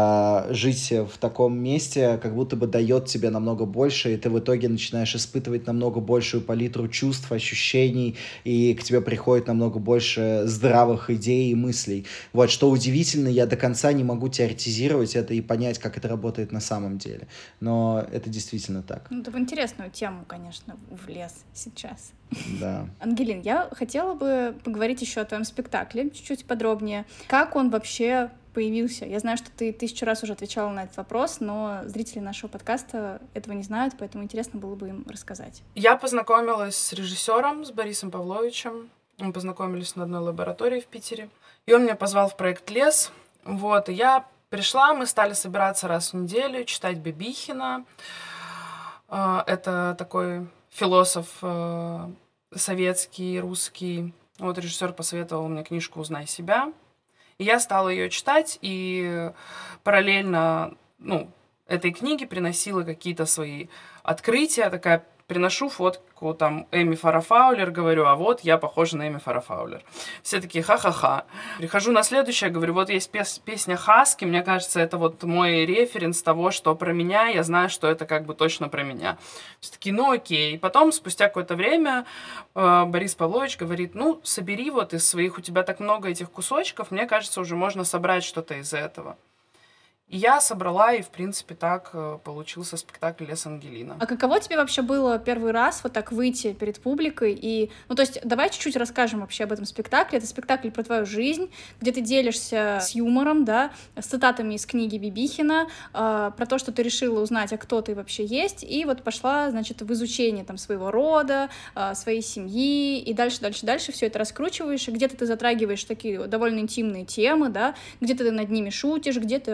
S2: жить в таком месте как будто бы дает тебе намного больше, и ты в итоге начинаешь испытывать намного большую палитру чувств, ощущений, и к тебе приходит намного больше здравых идей и мыслей. Вот, что удивительно, я до конца не могу теоретизировать это и понять, как это работает на самом деле, но это действительно так.
S1: Ты в интересную тему, конечно, влез сейчас.
S2: Да.
S1: Ангелин, я хотела бы поговорить еще о твоем спектакле чуть-чуть подробнее. Как он вообще появился? Я знаю, что ты 1000 раз уже отвечала на этот вопрос, но зрители нашего подкаста этого не знают, поэтому интересно было бы им рассказать.
S3: Я познакомилась с режиссером, с Борисом Павловичем. Мы познакомились на одной лаборатории в Питере. И он меня позвал в проект «Лес». Вот, и я пришла, мы стали собираться раз в неделю, читать Бибихина. Это такой философ советский, русский. Вот режиссер посоветовал мне книжку «Узнай себя». И я стала ее читать, и параллельно этой книге приносила какие-то свои открытия. Такая, приношу фотку там Эми Фара Фаулер, говорю: а вот я похожа на Эми Фара Фаулер. Все такие: ха-ха-ха. Прихожу на следующее, говорю: вот есть песня «Хаски», мне кажется, это вот мой референс того, что про меня, я знаю, что это как бы точно про меня. Все такие: ну окей. И потом, спустя какое-то время, Борис Павлович говорит: собери вот из своих, у тебя так много этих кусочков, мне кажется, уже можно собрать что-то из этого. И я собрала, и, в принципе, так получился спектакль «Лес Ангелина».
S1: А каково тебе вообще было первый раз вот так выйти перед публикой? И, то есть, давай чуть-чуть расскажем вообще об этом спектакле. Это спектакль про твою жизнь, где ты делишься с юмором, да, с цитатами из книги Бибихина, про то, что ты решила узнать, а кто ты вообще есть, и вот пошла, значит, в изучение там своего рода, своей семьи, и дальше все это раскручиваешь, и где-то ты затрагиваешь такие довольно интимные темы, да, где-то ты над ними шутишь, где-то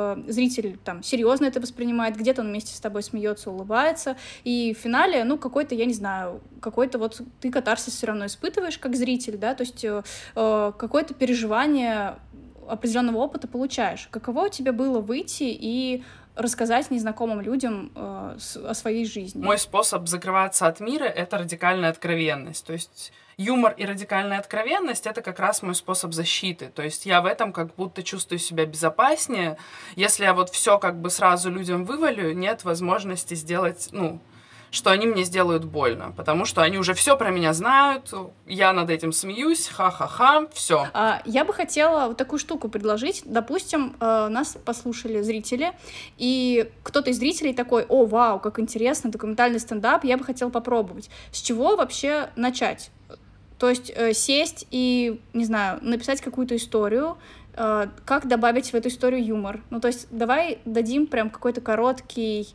S1: зритель там серьезно это воспринимает, где-то он вместе с тобой смеется, улыбается, и в финале, ну, какой-то, я не знаю, какой-то вот ты катарсис все равно испытываешь как зритель, да, то есть какое-то переживание определенного опыта получаешь. Каково тебе было выйти и рассказать незнакомым людям о своей жизни?
S3: Мой способ закрываться от мира — это радикальная откровенность. То есть юмор и радикальная откровенность — это как раз мой способ защиты. То есть я в этом как будто чувствую себя безопаснее. Если я вот все как бы сразу людям вывалю, нет возможности сделать, ну, что они мне сделают больно, потому что они уже все про меня знают, я над этим смеюсь, ха-ха-ха, все.
S1: Я бы хотела вот такую штуку предложить. Допустим, нас послушали зрители, и кто-то из зрителей такой: о, вау, как интересно, документальный стендап, я бы хотела попробовать. С чего вообще начать? То есть сесть и, не знаю, написать какую-то историю, как добавить в эту историю юмор. Ну, то есть давай дадим прям какой-то короткий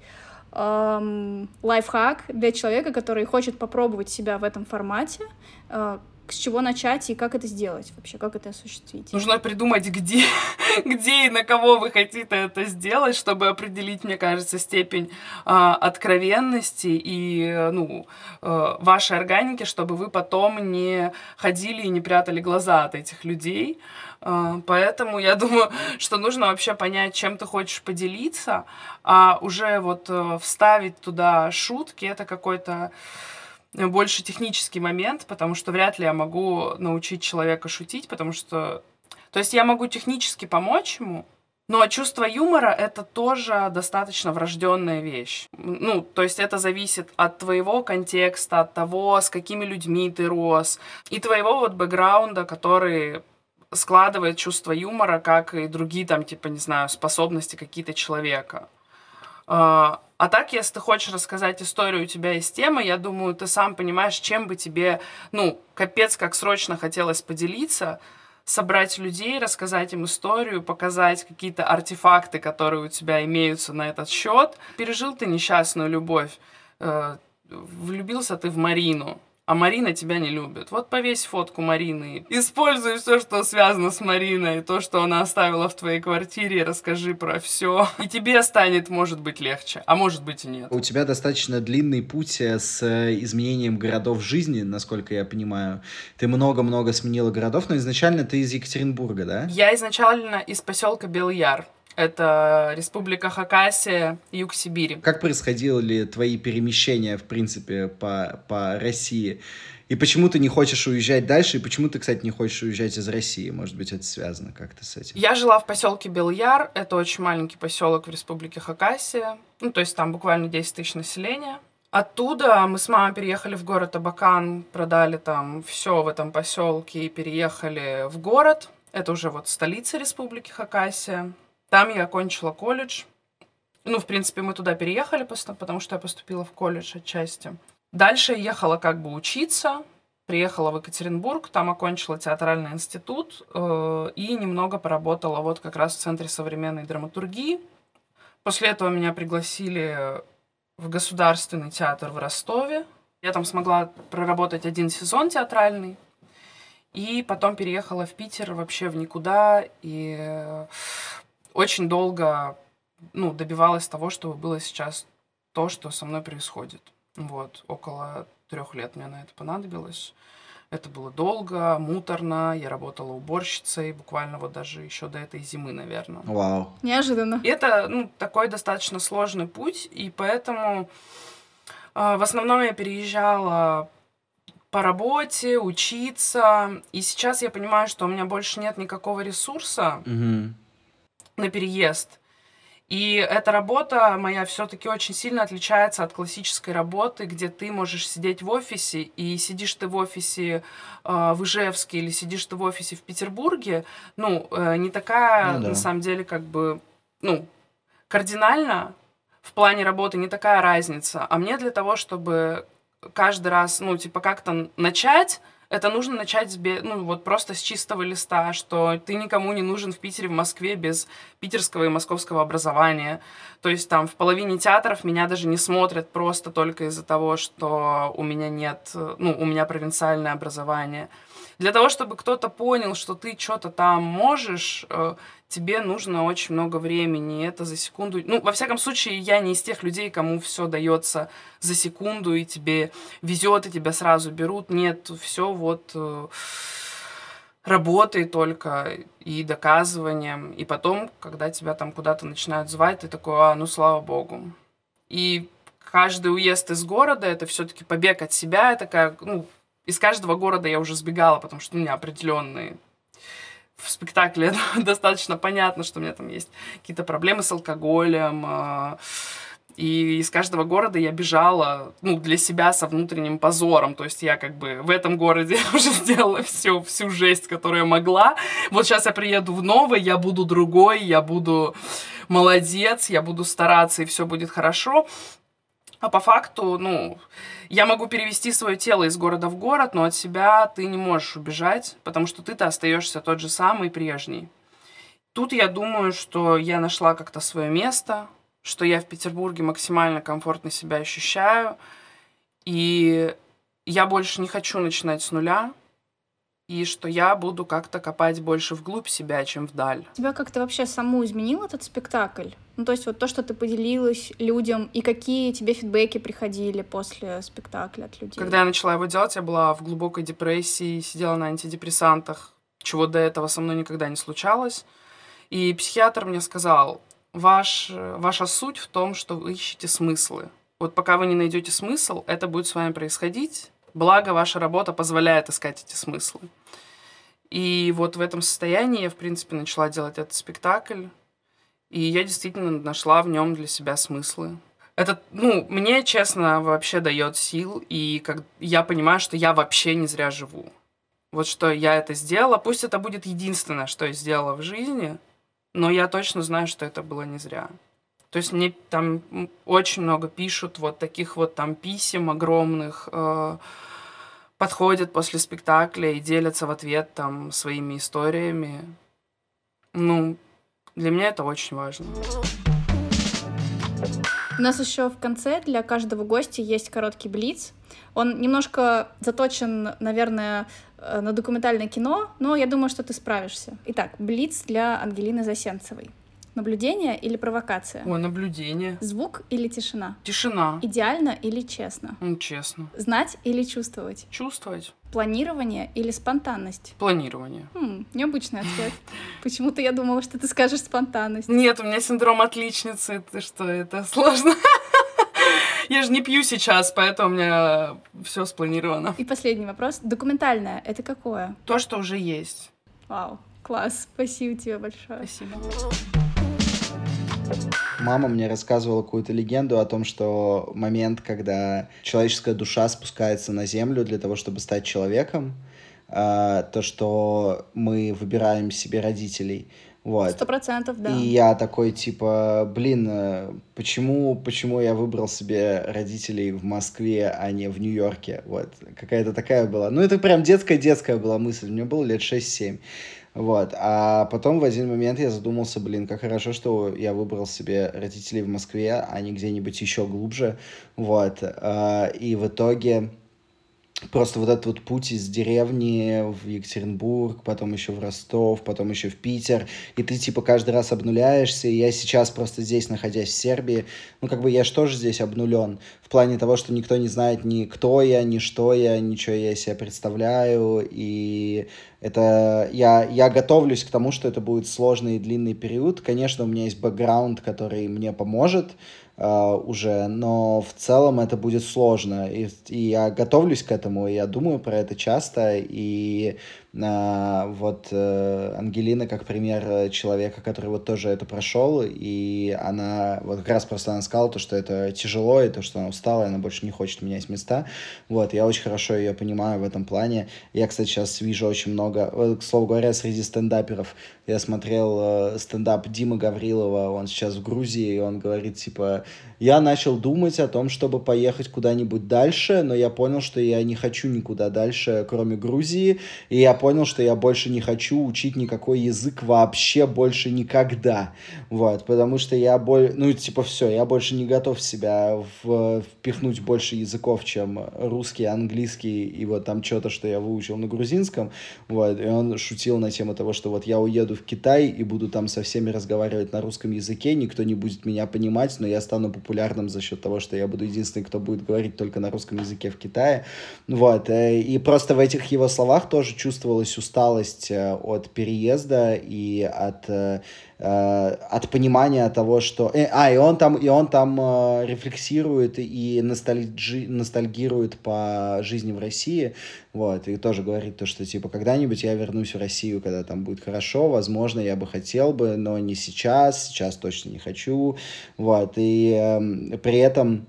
S1: лайфхак для человека, который хочет попробовать себя в этом формате, с чего начать и как это сделать вообще, как это осуществить.
S3: Нужно придумать, где и на кого вы хотите это сделать, чтобы определить, мне кажется, степень откровенности и вашей органики, чтобы вы потом не ходили и не прятали глаза от этих людей. Поэтому я думаю, что нужно вообще понять, чем ты хочешь поделиться, а уже вот вставить туда шутки — это какой-то больше технический момент, потому что вряд ли я могу научить человека шутить, потому что... То есть я могу технически помочь ему, но чувство юмора — это тоже достаточно врожденная вещь. Ну, то есть это зависит от твоего контекста, от того, с какими людьми ты рос, и твоего вот бэкграунда, который складывает чувство юмора, как и другие там, типа, не знаю, способности какие-то человека. А так, если ты хочешь рассказать историю, у тебя есть тема, я думаю, ты сам понимаешь, чем бы тебе, капец, как срочно хотелось поделиться, собрать людей, рассказать им историю, показать какие-то артефакты, которые у тебя имеются на этот счет. Пережил ты несчастную любовь, влюбился ты в Марину, а Марина тебя не любит. Вот повесь фотку Марины, используй все, что связано с Мариной, то, что она оставила в твоей квартире, расскажи про все. И тебе станет, может быть, легче, а может быть и нет.
S2: У тебя достаточно длинный путь с изменением городов жизни, насколько я понимаю. Ты много-много сменила городов, но изначально ты из Екатеринбурга, да?
S3: Я изначально из поселка Белый Яр. Это Республика Хакасия, юг Сибири.
S2: Как происходили твои перемещения, в принципе, по России? И почему ты не хочешь уезжать дальше? И почему ты, кстати, не хочешь уезжать из России? Может быть, это связано как-то с этим?
S3: Я жила в поселке Белый Яр. Это очень маленький поселок в Республике Хакасия. То есть там буквально 10 тысяч населения. Оттуда мы с мамой переехали в город Абакан, продали там все в этом поселке и переехали в город. Это уже вот столица Республики Хакасия. Там я окончила колледж. В принципе, мы туда переехали, потому что я поступила в колледж отчасти. Дальше я ехала как бы учиться. Приехала в Екатеринбург, там окончила театральный институт и немного поработала вот как раз в Центре современной драматургии. После этого меня пригласили в Государственный театр в Ростове. Я там смогла проработать 1 сезон театральный. И потом переехала в Питер вообще в никуда. И очень долго добивалась того, чтобы было сейчас то, что со мной происходит. Вот, около 3 лет мне на это понадобилось. Это было долго, муторно. Я работала уборщицей, буквально вот даже еще до этой зимы, наверное.
S2: Вау.
S1: Неожиданно.
S3: И это, такой достаточно сложный путь, и поэтому в основном я переезжала по работе, учиться. И сейчас я понимаю, что у меня больше нет никакого ресурса на переезд. И эта работа моя все-таки очень сильно отличается от классической работы, где ты можешь сидеть в офисе, и сидишь ты в офисе в Ижевске или сидишь ты в офисе в Петербурге, не такая, на самом деле, как бы, кардинально в плане работы не такая разница. А мне для того, чтобы каждый раз, как-то начать, это нужно начать просто с чистого листа, что ты никому не нужен в Питере, в Москве без питерского и московского образования. То есть там в половине театров меня даже не смотрят просто только из-за того, что у меня нет, у меня провинциальное образование. Для того, чтобы кто-то понял, что ты что-то там можешь, тебе нужно очень много времени, и это за секунду... Ну, во всяком случае, я не из тех людей, кому все дается за секунду, и тебе везет, и тебя сразу берут. Нет, все вот работой только и доказыванием. И потом, когда тебя там куда-то начинают звать, ты такой, ну, слава богу. И каждый уезд из города — это все-таки побег от себя. Такая, ну, из каждого города я уже сбегала, потому что у меня определенные в спектакле достаточно понятно, что у меня там есть какие-то проблемы с алкоголем. И из каждого города я бежала, ну, для себя со внутренним позором. То есть я как бы в этом городе уже сделала всю жесть, которую я могла. Вот сейчас я приеду в новый, я буду другой, я буду молодец, я буду стараться, и все будет хорошо. А по факту, ну, я могу перевести свое тело из города в город, но от себя ты не можешь убежать, потому что ты-то остаешься тот же самый прежний. Тут я думаю, что я нашла как-то свое место, что я в Петербурге максимально комфортно себя ощущаю, и я больше не хочу начинать с нуля, и что я буду как-то копать больше вглубь себя, чем вдаль.
S1: Тебя как-то вообще саму изменил этот спектакль? Ну, то есть вот то, что ты поделилась людям, и какие тебе фидбэки приходили после спектакля от людей?
S3: Когда я начала его делать, я была в глубокой депрессии, сидела на антидепрессантах, чего до этого со мной никогда не случалось. И психиатр мне сказал, ваша суть в том, что вы ищете смыслы. Вот пока вы не найдете смысл, это будет с вами происходить. Благо, ваша работа позволяет искать эти смыслы. И вот в этом состоянии я, в принципе, начала делать этот спектакль. И я действительно нашла в нем для себя смыслы. Это, ну, мне, честно, вообще дает сил. И как я понимаю, что я вообще не зря живу. Вот что я это сделала. Пусть это будет единственное, что я сделала в жизни, но я точно знаю, что это было не зря. То есть мне там очень много пишут вот таких вот там писем огромных, подходят после спектакля и делятся в ответ там своими историями. Ну, для меня это очень важно.
S1: У нас еще в конце для каждого гостя есть короткий блиц. Он немножко заточен, наверное, на документальное кино, но я думаю, что ты справишься. Итак, блиц для Ангелины Засенцевой. Наблюдение или провокация?
S3: Ой, наблюдение.
S1: Звук или тишина?
S3: Тишина.
S1: Идеально или честно?
S3: Честно.
S1: Знать или чувствовать?
S3: Чувствовать.
S1: Планирование или спонтанность?
S3: Планирование.
S1: Необычный ответ. Почему-то я думала, что ты скажешь спонтанность.
S3: Нет, у меня синдром отличницы. Ты что, это сложно? Я же не пью сейчас, поэтому у меня все спланировано.
S1: И последний вопрос. Документальное — это какое?
S3: То, что уже есть.
S1: Вау, класс. Спасибо тебе большое.
S3: Спасибо.
S2: Мама мне рассказывала какую-то легенду о том, что момент, когда человеческая душа спускается на землю для того, чтобы стать человеком, то, что мы выбираем себе родителей. Вот.
S1: 100%, да.
S2: И я такой, типа, почему я выбрал себе родителей в Москве, а не в Нью-Йорке? Вот. Какая-то такая была. Ну, это прям детская была мысль. Мне было лет 6-7. Вот. А потом в один момент я задумался, как хорошо, что я выбрал себе родителей в Москве, а не где-нибудь еще глубже. Вот. И в итоге просто вот этот вот путь из деревни в Екатеринбург, потом еще в Ростов, потом еще в Питер, и ты типа каждый раз обнуляешься, и я сейчас просто здесь, находясь в Сербии, я же тоже здесь обнулен, в плане того, что никто не знает ни кто я, ни что я, ничего я себя представляю, и это я готовлюсь к тому, что это будет сложный и длинный период. Конечно, у меня есть бэкграунд, который мне поможет уже, но в целом это будет сложно. И я готовлюсь к этому, и я думаю про это часто. И Ангелина как пример человека, который вот тоже это прошел, и она вот как раз просто она сказала то, что это тяжело, и то, что она устала, и она больше не хочет менять места. Вот, я очень хорошо ее понимаю в этом плане. Я, кстати, сейчас вижу очень много, к слову говоря, среди стендаперов. Я смотрел стендап Димы Гаврилова, он сейчас в Грузии, и он говорит, типа, я начал думать о том, чтобы поехать куда-нибудь дальше, но я понял, что я не хочу никуда дальше, кроме Грузии, и я понял, что я больше не хочу учить никакой язык вообще больше никогда. Вот, потому что я все, я больше не готов себя впихнуть больше языков, чем русский, английский и вот там что-то, что я выучил на грузинском. Вот, и он шутил на тему того, что вот я уеду в Китай и буду там со всеми разговаривать на русском языке, никто не будет меня понимать, но я стану популярным за счет того, что я буду единственный, кто будет говорить только на русском языке в Китае. Вот, и просто в этих его словах тоже чувствовалась усталость от переезда и от понимания того, что... И он там рефлексирует и ностальгирует по жизни в России, вот, и тоже говорит то, что, типа, когда-нибудь я вернусь в Россию, когда там будет хорошо, возможно, я бы хотел бы, но не сейчас точно не хочу, вот, и при этом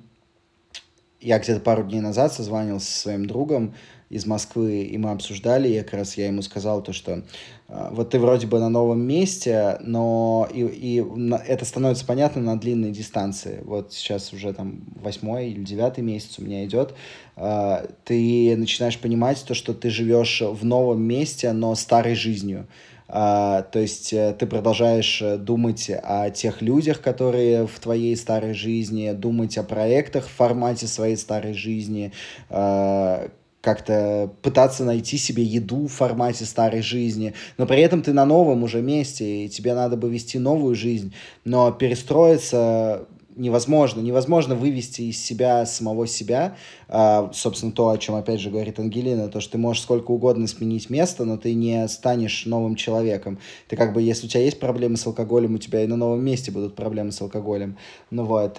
S2: я где-то пару дней назад созванивался со своим другом из Москвы, и мы обсуждали, и как раз я ему сказал то, что вот ты вроде бы на новом месте, но это становится понятно на длинной дистанции. Вот сейчас уже там 8-й или 9-й месяц у меня идет. Ты начинаешь понимать то, что ты живешь в новом месте, но старой жизнью. То есть ты продолжаешь думать о тех людях, которые в твоей старой жизни, думать о проектах в формате своей старой жизни, как-то пытаться найти себе еду в формате старой жизни, но при этом ты на новом уже месте, и тебе надо бы вести новую жизнь, но перестроиться невозможно вывести из себя самого себя, собственно, то, о чем, опять же, говорит Ангелина, то, что ты можешь сколько угодно сменить место, но ты не станешь новым человеком. Ты как бы, если у тебя есть проблемы с алкоголем, у тебя и на новом месте будут проблемы с алкоголем. Ну вот,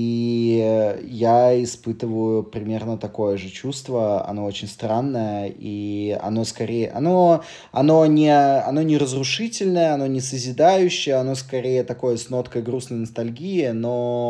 S2: и я испытываю примерно такое же чувство, оно очень странное, и оно скорее, оно не разрушительное, оно не созидающее, оно скорее такое с ноткой грустной ностальгии, но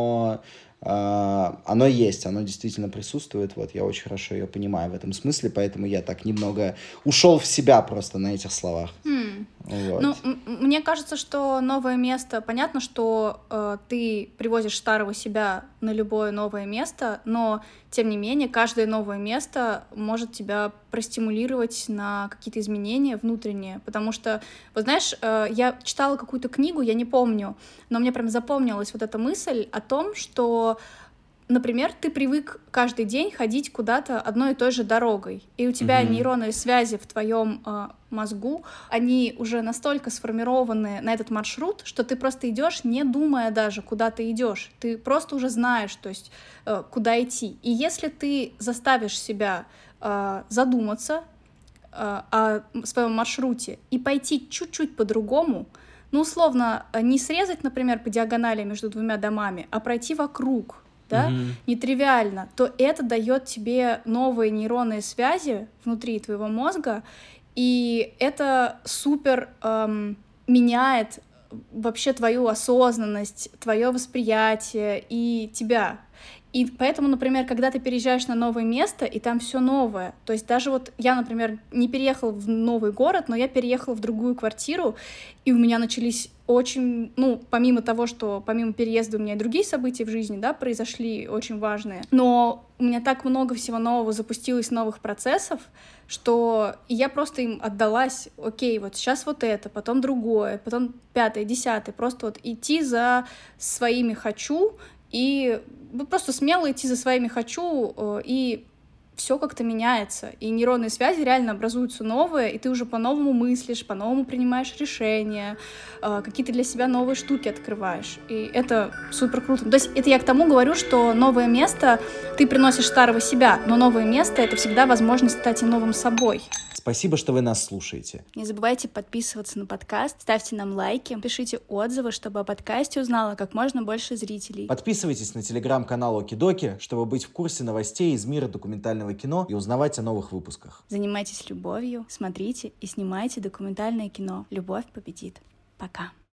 S2: оно есть, оно действительно присутствует, вот, я очень хорошо ее понимаю в этом смысле, поэтому я так немного ушел в себя просто на этих словах. Вот.
S1: Ну, мне кажется, что новое место, понятно, что ты привозишь старого себя на любое новое место, но, тем не менее, каждое новое место может тебя простимулировать на какие-то изменения внутренние, потому что, вот знаешь, я читала какую-то книгу, я не помню, но мне прям запомнилась вот эта мысль о том, что, например, ты привык каждый день ходить куда-то одной и той же дорогой, и у тебя нейронные связи в твоем мозгу, они уже настолько сформированы на этот маршрут, что ты просто идешь, не думая даже, куда ты идешь. Ты просто уже знаешь, то есть, куда идти. И если ты заставишь себя задуматься о своем маршруте и пойти чуть-чуть по-другому, ну, условно, не срезать, например, по диагонали между двумя домами, а пройти вокруг, да, нетривиально, то это дает тебе новые нейронные связи внутри твоего мозга, и это супер меняет вообще твою осознанность, твое восприятие и тебя. И поэтому, например, когда ты переезжаешь на новое место, и там все новое, то есть даже вот я, например, не переехала в новый город, но я переехала в другую квартиру, и у меня начались очень, ну, помимо того, что помимо переезда у меня и другие события в жизни, да, произошли очень важные, но у меня так много всего нового запустилось, новых процессов, что я просто им отдалась, окей, вот сейчас вот это, потом другое, потом 5-е, 10-е, просто вот идти за своими «хочу», и просто смело идти за своими «хочу», и все как-то меняется, и нейронные связи реально образуются новые, и ты уже по-новому мыслишь, по-новому принимаешь решения, какие-то для себя новые штуки открываешь, и это супер круто. То есть это я к тому говорю, что новое место, ты приносишь старого себя, но новое место — это всегда возможность стать и новым собой.
S2: Спасибо, что вы нас слушаете.
S1: Не забывайте подписываться на подкаст, ставьте нам лайки, пишите отзывы, чтобы о подкасте узнало как можно больше зрителей.
S2: Подписывайтесь на телеграм-канал Окидоки, чтобы быть в курсе новостей из мира документального кино и узнавать о новых выпусках.
S1: Занимайтесь любовью, смотрите и снимайте документальное кино. Любовь победит. Пока.